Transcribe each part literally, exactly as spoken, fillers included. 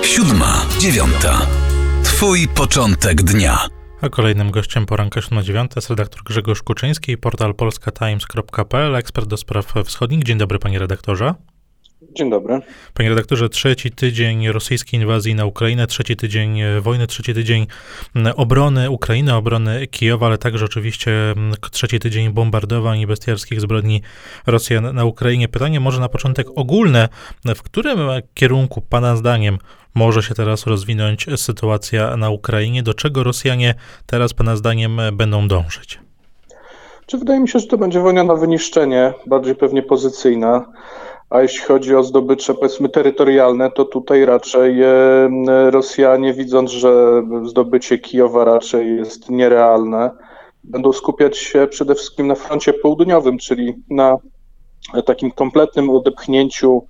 Siódma, dziewiąta. Twój początek dnia. A kolejnym gościem poranka siódma dziewiąta jest redaktor Grzegorz Kuczyński, portal polska times kropka p l, ekspert do spraw wschodnich. Dzień dobry, panie redaktorze. Dzień dobry. Panie redaktorze, trzeci tydzień rosyjskiej inwazji na Ukrainę, trzeci tydzień wojny, trzeci tydzień obrony Ukrainy, obrony Kijowa, ale także oczywiście trzeci tydzień bombardowań i bestialskich zbrodni Rosjan na Ukrainie. Pytanie może na początek ogólne. W którym kierunku pana zdaniem może się teraz rozwinąć sytuacja na Ukrainie? Do czego Rosjanie teraz pana zdaniem będą dążyć? Czy wydaje mi się, że to będzie wojna na wyniszczenie, bardziej pewnie pozycyjna. A jeśli chodzi o zdobycze, powiedzmy, terytorialne, to tutaj raczej Rosjanie, widząc, że zdobycie Kijowa raczej jest nierealne, będą skupiać się przede wszystkim na froncie południowym, czyli na takim kompletnym odepchnięciu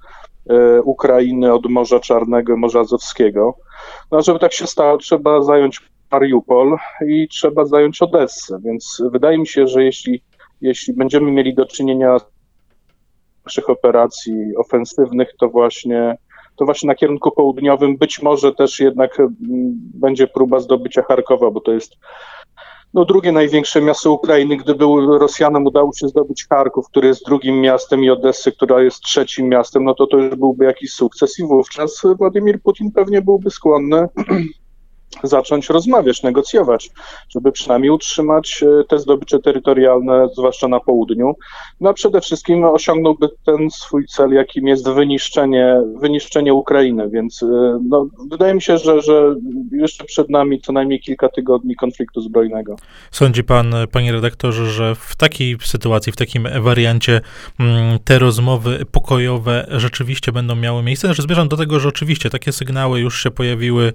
Ukrainy od Morza Czarnego i Morza Azowskiego. No a żeby tak się stało, trzeba zająć Mariupol i trzeba zająć Odessę, więc wydaje mi się, że jeśli, jeśli będziemy mieli do czynienia naszych operacji ofensywnych, to właśnie, to właśnie na kierunku południowym być może też jednak będzie próba zdobycia Charkowa, bo to jest no, drugie największe miasto Ukrainy. Gdyby Rosjanom udało się zdobyć Charków, który jest drugim miastem, i Odessę, która jest trzecim miastem, no to to już byłby jakiś sukces i wówczas Władimir Putin pewnie byłby skłonny zacząć rozmawiać, negocjować, żeby przynajmniej utrzymać te zdobycze terytorialne, zwłaszcza na południu. No a przede wszystkim osiągnąłby ten swój cel, jakim jest wyniszczenie, wyniszczenie Ukrainy, więc no, wydaje mi się, że, że jeszcze przed nami co najmniej kilka tygodni konfliktu zbrojnego. Sądzi pan, panie redaktorze, że w takiej sytuacji, w takim wariancie te rozmowy pokojowe rzeczywiście będą miały miejsce? Znaczy zmierzam do tego, że oczywiście takie sygnały już się pojawiły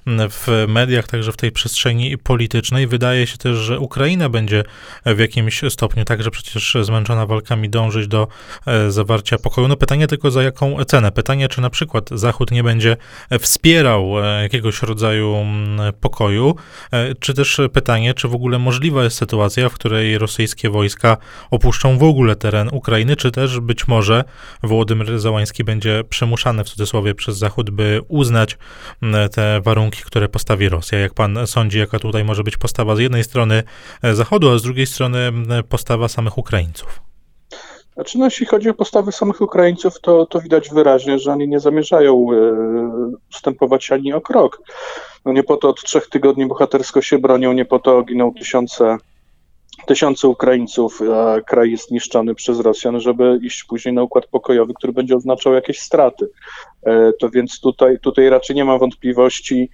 w mediach, także w tej przestrzeni politycznej. Wydaje się też, że Ukraina będzie w jakimś stopniu, także przecież zmęczona walkami, dążyć do e, zawarcia pokoju. No pytanie tylko, za jaką cenę? Pytanie, czy na przykład Zachód nie będzie wspierał e, jakiegoś rodzaju m, pokoju, e, czy też pytanie, czy w ogóle możliwa jest sytuacja, w której rosyjskie wojska opuszczą w ogóle teren Ukrainy, czy też być może Wołodymyr Zełański będzie przymuszany w cudzysłowie przez Zachód, by uznać m, te warunki, które postawi Rosja. Jak pan sądzi, jaka tutaj może być postawa z jednej strony Zachodu, a z drugiej strony postawa samych Ukraińców? Znaczy, no, jeśli chodzi o postawę samych Ukraińców, to, to widać wyraźnie, że oni nie zamierzają ustępować ani o krok. No nie po to od trzech tygodni bohatersko się bronią, nie po to giną tysiące Tysiące Ukraińców, a kraj jest niszczony przez Rosjan, żeby iść później na układ pokojowy, który będzie oznaczał jakieś straty. To więc tutaj, tutaj raczej nie ma wątpliwości,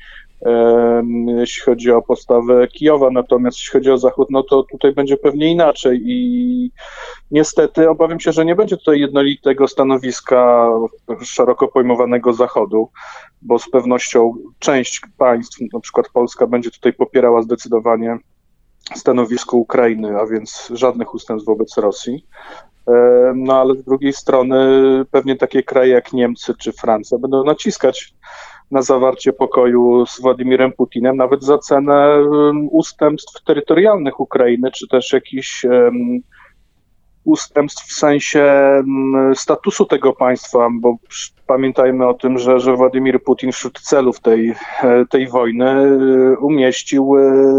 jeśli chodzi o postawę Kijowa, natomiast jeśli chodzi o Zachód, no to tutaj będzie pewnie inaczej i niestety obawiam się, że nie będzie tutaj jednolitego stanowiska szeroko pojmowanego Zachodu, bo z pewnością część państw, na przykład Polska, będzie tutaj popierała zdecydowanie stanowisko Ukrainy, a więc żadnych ustępstw wobec Rosji. No ale z drugiej strony pewnie takie kraje jak Niemcy czy Francja będą naciskać na zawarcie pokoju z Władimirem Putinem, nawet za cenę ustępstw terytorialnych Ukrainy, czy też jakichś um, ustępstw w sensie um, statusu tego państwa, bo pamiętajmy o tym, że, że Władimir Putin wśród celów tej, tej wojny umieścił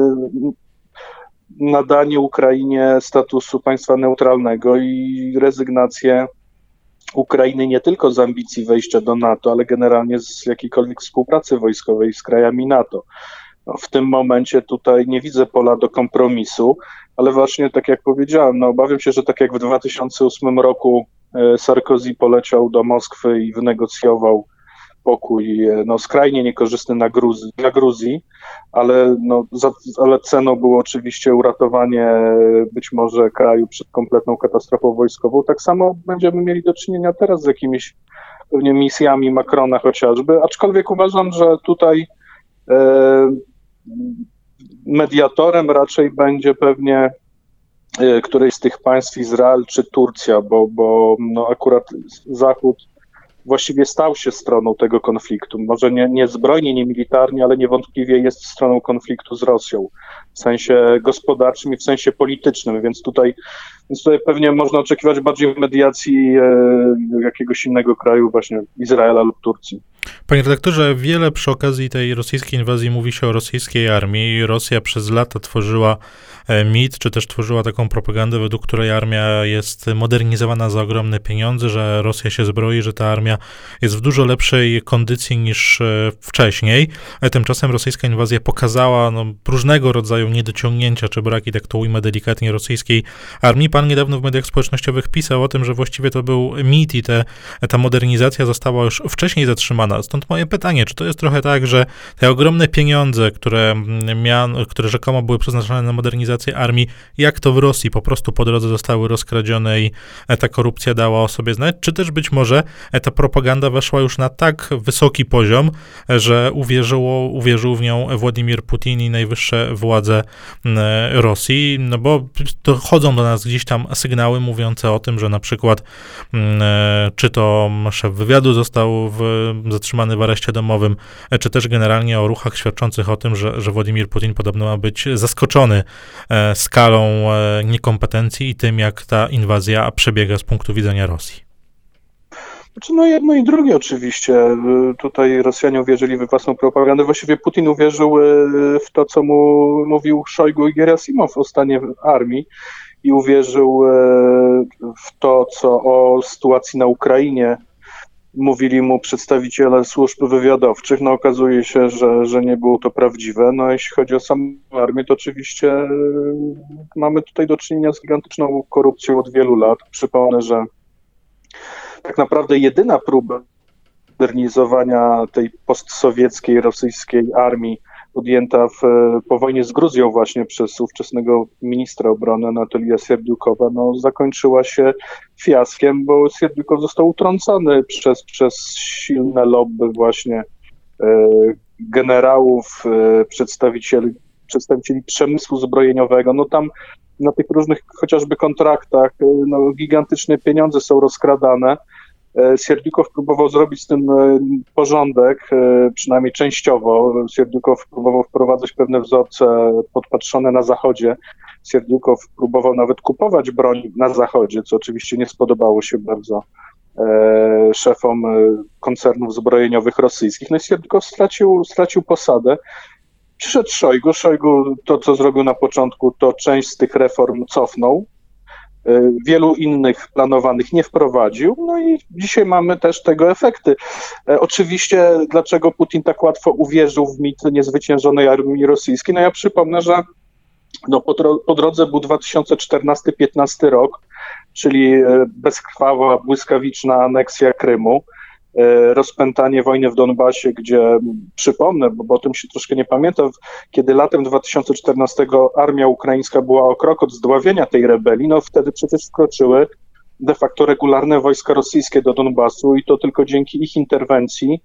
nadanie Ukrainie statusu państwa neutralnego i rezygnację Ukrainy nie tylko z ambicji wejścia do NATO, ale generalnie z jakiejkolwiek współpracy wojskowej z krajami NATO. No, w tym momencie tutaj nie widzę pola do kompromisu, ale właśnie tak jak powiedziałem, no obawiam się, że tak jak w dwa tysiące ósmym roku Sarkozy poleciał do Moskwy i wynegocjował pokój no, skrajnie niekorzystny na Gruzji, dla Gruzji, ale, no, za, ale ceną było oczywiście uratowanie być może kraju przed kompletną katastrofą wojskową. Tak samo będziemy mieli do czynienia teraz z jakimiś pewnie misjami Macrona chociażby, aczkolwiek uważam, że tutaj e, mediatorem raczej będzie pewnie e, któreś z tych państw, Izrael czy Turcja, bo, bo no, akurat Zachód właściwie stał się stroną tego konfliktu. Może nie, nie zbrojnie, nie militarnie, ale niewątpliwie jest stroną konfliktu z Rosją. W sensie gospodarczym i w sensie politycznym, więc tutaj, więc tutaj pewnie można oczekiwać bardziej mediacji e, jakiegoś innego kraju, właśnie Izraela lub Turcji. Panie redaktorze, wiele przy okazji tej rosyjskiej inwazji mówi się o rosyjskiej armii. Rosja przez lata tworzyła mit, czy też tworzyła taką propagandę, według której armia jest modernizowana za ogromne pieniądze, że Rosja się zbroi, że ta armia jest w dużo lepszej kondycji niż wcześniej. Tymczasem rosyjska inwazja pokazała no, różnego rodzaju niedociągnięcia, czy braki, tak to ujmę delikatnie, rosyjskiej armii. Pan niedawno w mediach społecznościowych pisał o tym, że właściwie to był mit i te, ta modernizacja została już wcześniej zatrzymana. Stąd moje pytanie, czy to jest trochę tak, że te ogromne pieniądze, które, mia- które rzekomo były przeznaczone na modernizację armii, jak to w Rosji, po prostu po drodze zostały rozkradzione i ta korupcja dała o sobie znać, czy też być może ta propaganda weszła już na tak wysoki poziom, że uwierzyło, uwierzył w nią Władimir Putin i najwyższe władze Rosji, no bo dochodzą do nas gdzieś tam sygnały mówiące o tym, że na przykład czy to szef wywiadu został w, zatrzymany w areszcie domowym, czy też generalnie o ruchach świadczących o tym, że, że Władimir Putin podobno ma być zaskoczony skalą niekompetencji i tym, jak ta inwazja przebiega z punktu widzenia Rosji. Znaczy, no jedno i drugie oczywiście. Tutaj Rosjanie uwierzyli we własną propagandę. Właściwie Putin uwierzył w to, co mu mówił Szojgu i Gerasimow o stanie armii i uwierzył w to, co o sytuacji na Ukrainie mówili mu przedstawiciele służb wywiadowczych. No okazuje się, że, że nie było to prawdziwe. No jeśli chodzi o samą armię, to oczywiście mamy tutaj do czynienia z gigantyczną korupcją od wielu lat. Przypomnę, że tak naprawdę jedyna próba modernizowania tej postsowieckiej, rosyjskiej armii podjęta w, po wojnie z Gruzją właśnie przez ówczesnego ministra obrony Anatolija Sierdiukowa, no zakończyła się fiaskiem, bo Sierdiukow został utrącony przez, przez silne lobby właśnie e, generałów, e, przedstawicieli, przedstawicieli przemysłu zbrojeniowego. No tam na tych różnych chociażby kontraktach no, gigantyczne pieniądze są rozkradane. Sierdiukow próbował zrobić z tym porządek, przynajmniej częściowo. Sierdiukow próbował wprowadzać pewne wzorce podpatrzone na Zachodzie. Sierdiukow próbował nawet kupować broń na Zachodzie, co oczywiście nie spodobało się bardzo szefom koncernów zbrojeniowych rosyjskich. No i Sierdiukow stracił, stracił posadę. Przyszedł Szojgu. Szojgu to, co zrobił na początku, to część z tych reform cofnął. Wielu innych planowanych nie wprowadził, no i dzisiaj mamy też tego efekty. Oczywiście, dlaczego Putin tak łatwo uwierzył w mit niezwyciężonej armii rosyjskiej? No ja przypomnę, że no po, po drodze był dwa tysiące czternasty piętnasty rok, czyli bezkrwawa, błyskawiczna aneksja Krymu, rozpętanie wojny w Donbasie, gdzie przypomnę, bo, bo o tym się troszkę nie pamiętam, kiedy latem dwa tysiące czternastego armia ukraińska była o krok od zdławienia tej rebelii, no wtedy przecież wkroczyły de facto regularne wojska rosyjskie do Donbasu i to tylko dzięki ich interwencji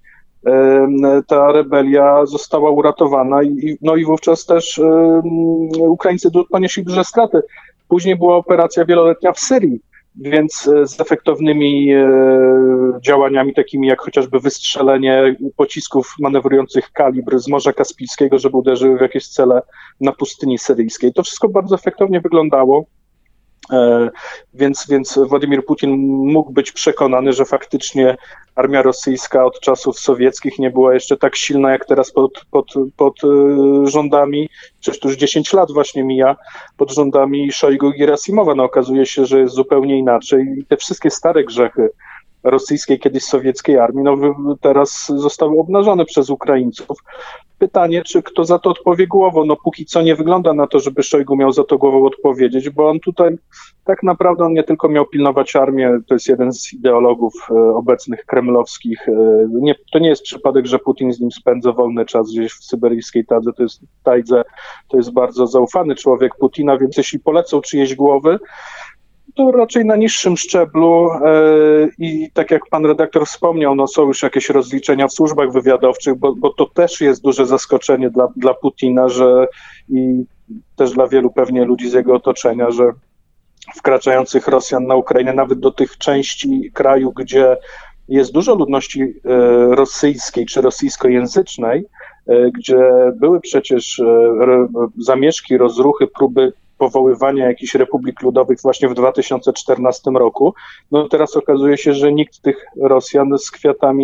ta rebelia została uratowana i, no i wówczas też um, Ukraińcy ponieśli duże straty. Później była operacja wieloletnia w Syrii, więc z efektownymi e, działaniami takimi jak chociażby wystrzelenie pocisków manewrujących kalibr z Morza Kaspijskiego, żeby uderzyły w jakieś cele na pustyni syryjskiej. To wszystko bardzo efektownie wyglądało, e, więc, więc Władimir Putin mógł być przekonany, że faktycznie armia rosyjska od czasów sowieckich nie była jeszcze tak silna jak teraz pod, pod, pod rządami, przecież to już dziesięć lat właśnie mija, pod rządami Szojgu i Gerasimowa. No okazuje się, że jest zupełnie inaczej i te wszystkie stare grzechy rosyjskiej, kiedyś sowieckiej armii, no teraz zostały obnażone przez Ukraińców. Pytanie, czy kto za to odpowie głową? No póki co nie wygląda na to, żeby Szojgu miał za to głową odpowiedzieć, bo on tutaj tak naprawdę on nie tylko miał pilnować armię, to jest jeden z ideologów e, obecnych kremlowskich. E, nie, to nie jest przypadek, że Putin z nim spędza wolny czas gdzieś w syberyjskiej tadze, to jest tajdze, to jest bardzo zaufany człowiek Putina, więc jeśli polecą czyjeś głowy, to raczej na niższym szczeblu yy, i tak jak pan redaktor wspomniał, no są już jakieś rozliczenia w służbach wywiadowczych, bo, bo to też jest duże zaskoczenie dla, dla Putina, że i też dla wielu pewnie ludzi z jego otoczenia, że wkraczających Rosjan na Ukrainę, nawet do tych części kraju, gdzie jest dużo ludności yy, rosyjskiej czy rosyjskojęzycznej, yy, gdzie były przecież yy, zamieszki, rozruchy, próby powoływania jakichś republik ludowych właśnie w dwa tysiące czternastym roku. No teraz okazuje się, że nikt tych Rosjan z kwiatami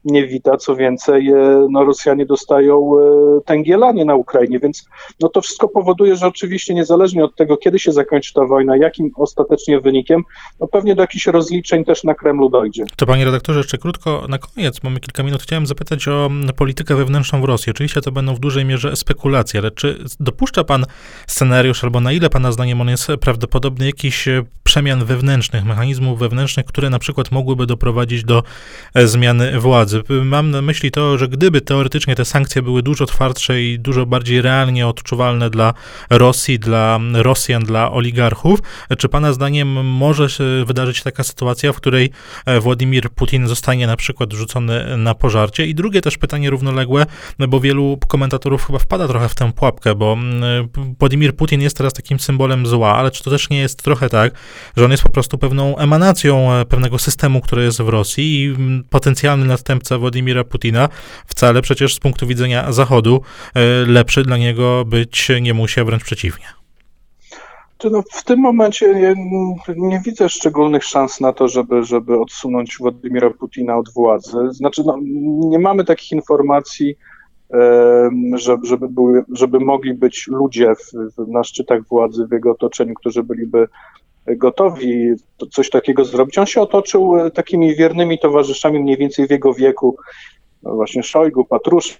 nie wita. Co więcej, no Rosjanie dostają tęgielanie na Ukrainie, więc no to wszystko powoduje, że oczywiście niezależnie od tego, kiedy się zakończy ta wojna, jakim ostatecznie wynikiem, no pewnie do jakichś rozliczeń też na Kremlu dojdzie. To panie redaktorze, jeszcze krótko na koniec, mamy kilka minut, chciałem zapytać o politykę wewnętrzną w Rosji. Oczywiście to będą w dużej mierze spekulacje, ale czy dopuszcza pan scenariusz, albo na ile pana zdaniem on jest prawdopodobny, jakichś przemian wewnętrznych, mechanizmów wewnętrznych, które na przykład mogłyby doprowadzić do zmiany władzy? Mam na myśli to, że gdyby teoretycznie te sankcje były dużo twardsze i dużo bardziej realnie odczuwalne dla Rosji, dla Rosjan, dla oligarchów, czy pana zdaniem może się wydarzyć taka sytuacja, w której Władimir Putin zostanie na przykład rzucony na pożarcie? I drugie też pytanie równoległe, bo wielu komentatorów chyba wpada trochę w tę pułapkę, bo Władimir Putin jest teraz takim symbolem zła, ale czy to też nie jest trochę tak, że on jest po prostu pewną emanacją pewnego systemu, który jest w Rosji i potencjalny następca Władimira Putina wcale przecież z punktu widzenia Zachodu lepszy dla niego być nie musi, a wręcz przeciwnie. No, w tym momencie nie, nie widzę szczególnych szans na to, żeby, żeby odsunąć Władimira Putina od władzy. Znaczy, no, nie mamy takich informacji, żeby, żeby, były, żeby mogli być ludzie w, na szczytach władzy w jego otoczeniu, którzy byliby gotowi coś takiego zrobić. On się otoczył takimi wiernymi towarzyszami mniej więcej w jego wieku, no właśnie Szojgu, Patruszek,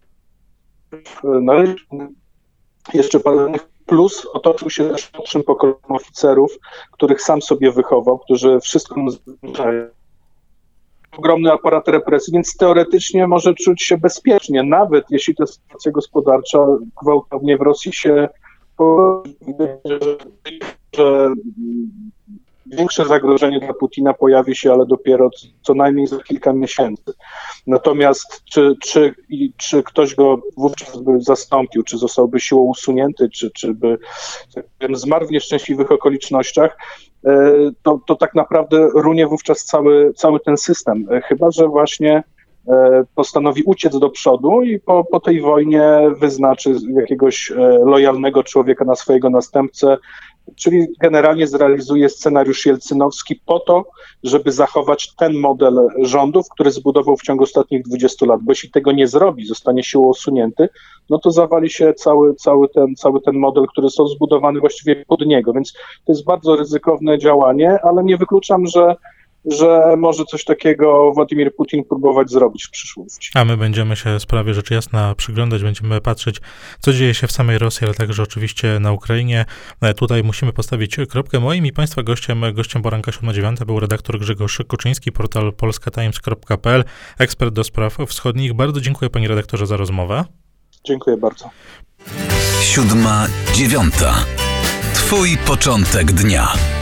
jeszcze parę innych, plus otoczył się też młodszym pokoleniem oficerów, których sam sobie wychował, którzy wszystko mu zwiększają. Ogromny aparat represji, więc teoretycznie może czuć się bezpiecznie, nawet jeśli ta sytuacja gospodarcza gwałtownie w Rosji się że, że większe zagrożenie dla Putina pojawi się, ale dopiero co najmniej za kilka miesięcy. Natomiast czy, czy, czy ktoś go wówczas by zastąpił, czy zostałby siłą usunięty, czy, czy by tak powiem, zmarł w nieszczęśliwych okolicznościach, to, to tak naprawdę runie wówczas cały, cały ten system. Chyba że właśnie postanowi uciec do przodu i po, po tej wojnie wyznaczy jakiegoś lojalnego człowieka na swojego następcę, czyli generalnie zrealizuje scenariusz jelcynowski po to, żeby zachować ten model rządów, który zbudował w ciągu ostatnich dwudziestu lat, bo jeśli tego nie zrobi, zostanie siłą usunięty, no to zawali się cały, cały, ten, cały ten model, który został zbudowany właściwie pod niego, więc to jest bardzo ryzykowne działanie, ale nie wykluczam, że że może coś takiego Władimir Putin próbować zrobić w przyszłości. A my będziemy się sprawie rzecz jasna przyglądać, będziemy patrzeć, co dzieje się w samej Rosji, ale także oczywiście na Ukrainie. Tutaj musimy postawić kropkę. Moim i Państwa gościem, gościem poranka siódma dziewiąta był redaktor Grzegorz Kuczyński, portal polska times kropka p l, ekspert do spraw wschodnich. Bardzo dziękuję panie redaktorze za rozmowę. Dziękuję bardzo. siódma dziewiąta. Twój początek dnia.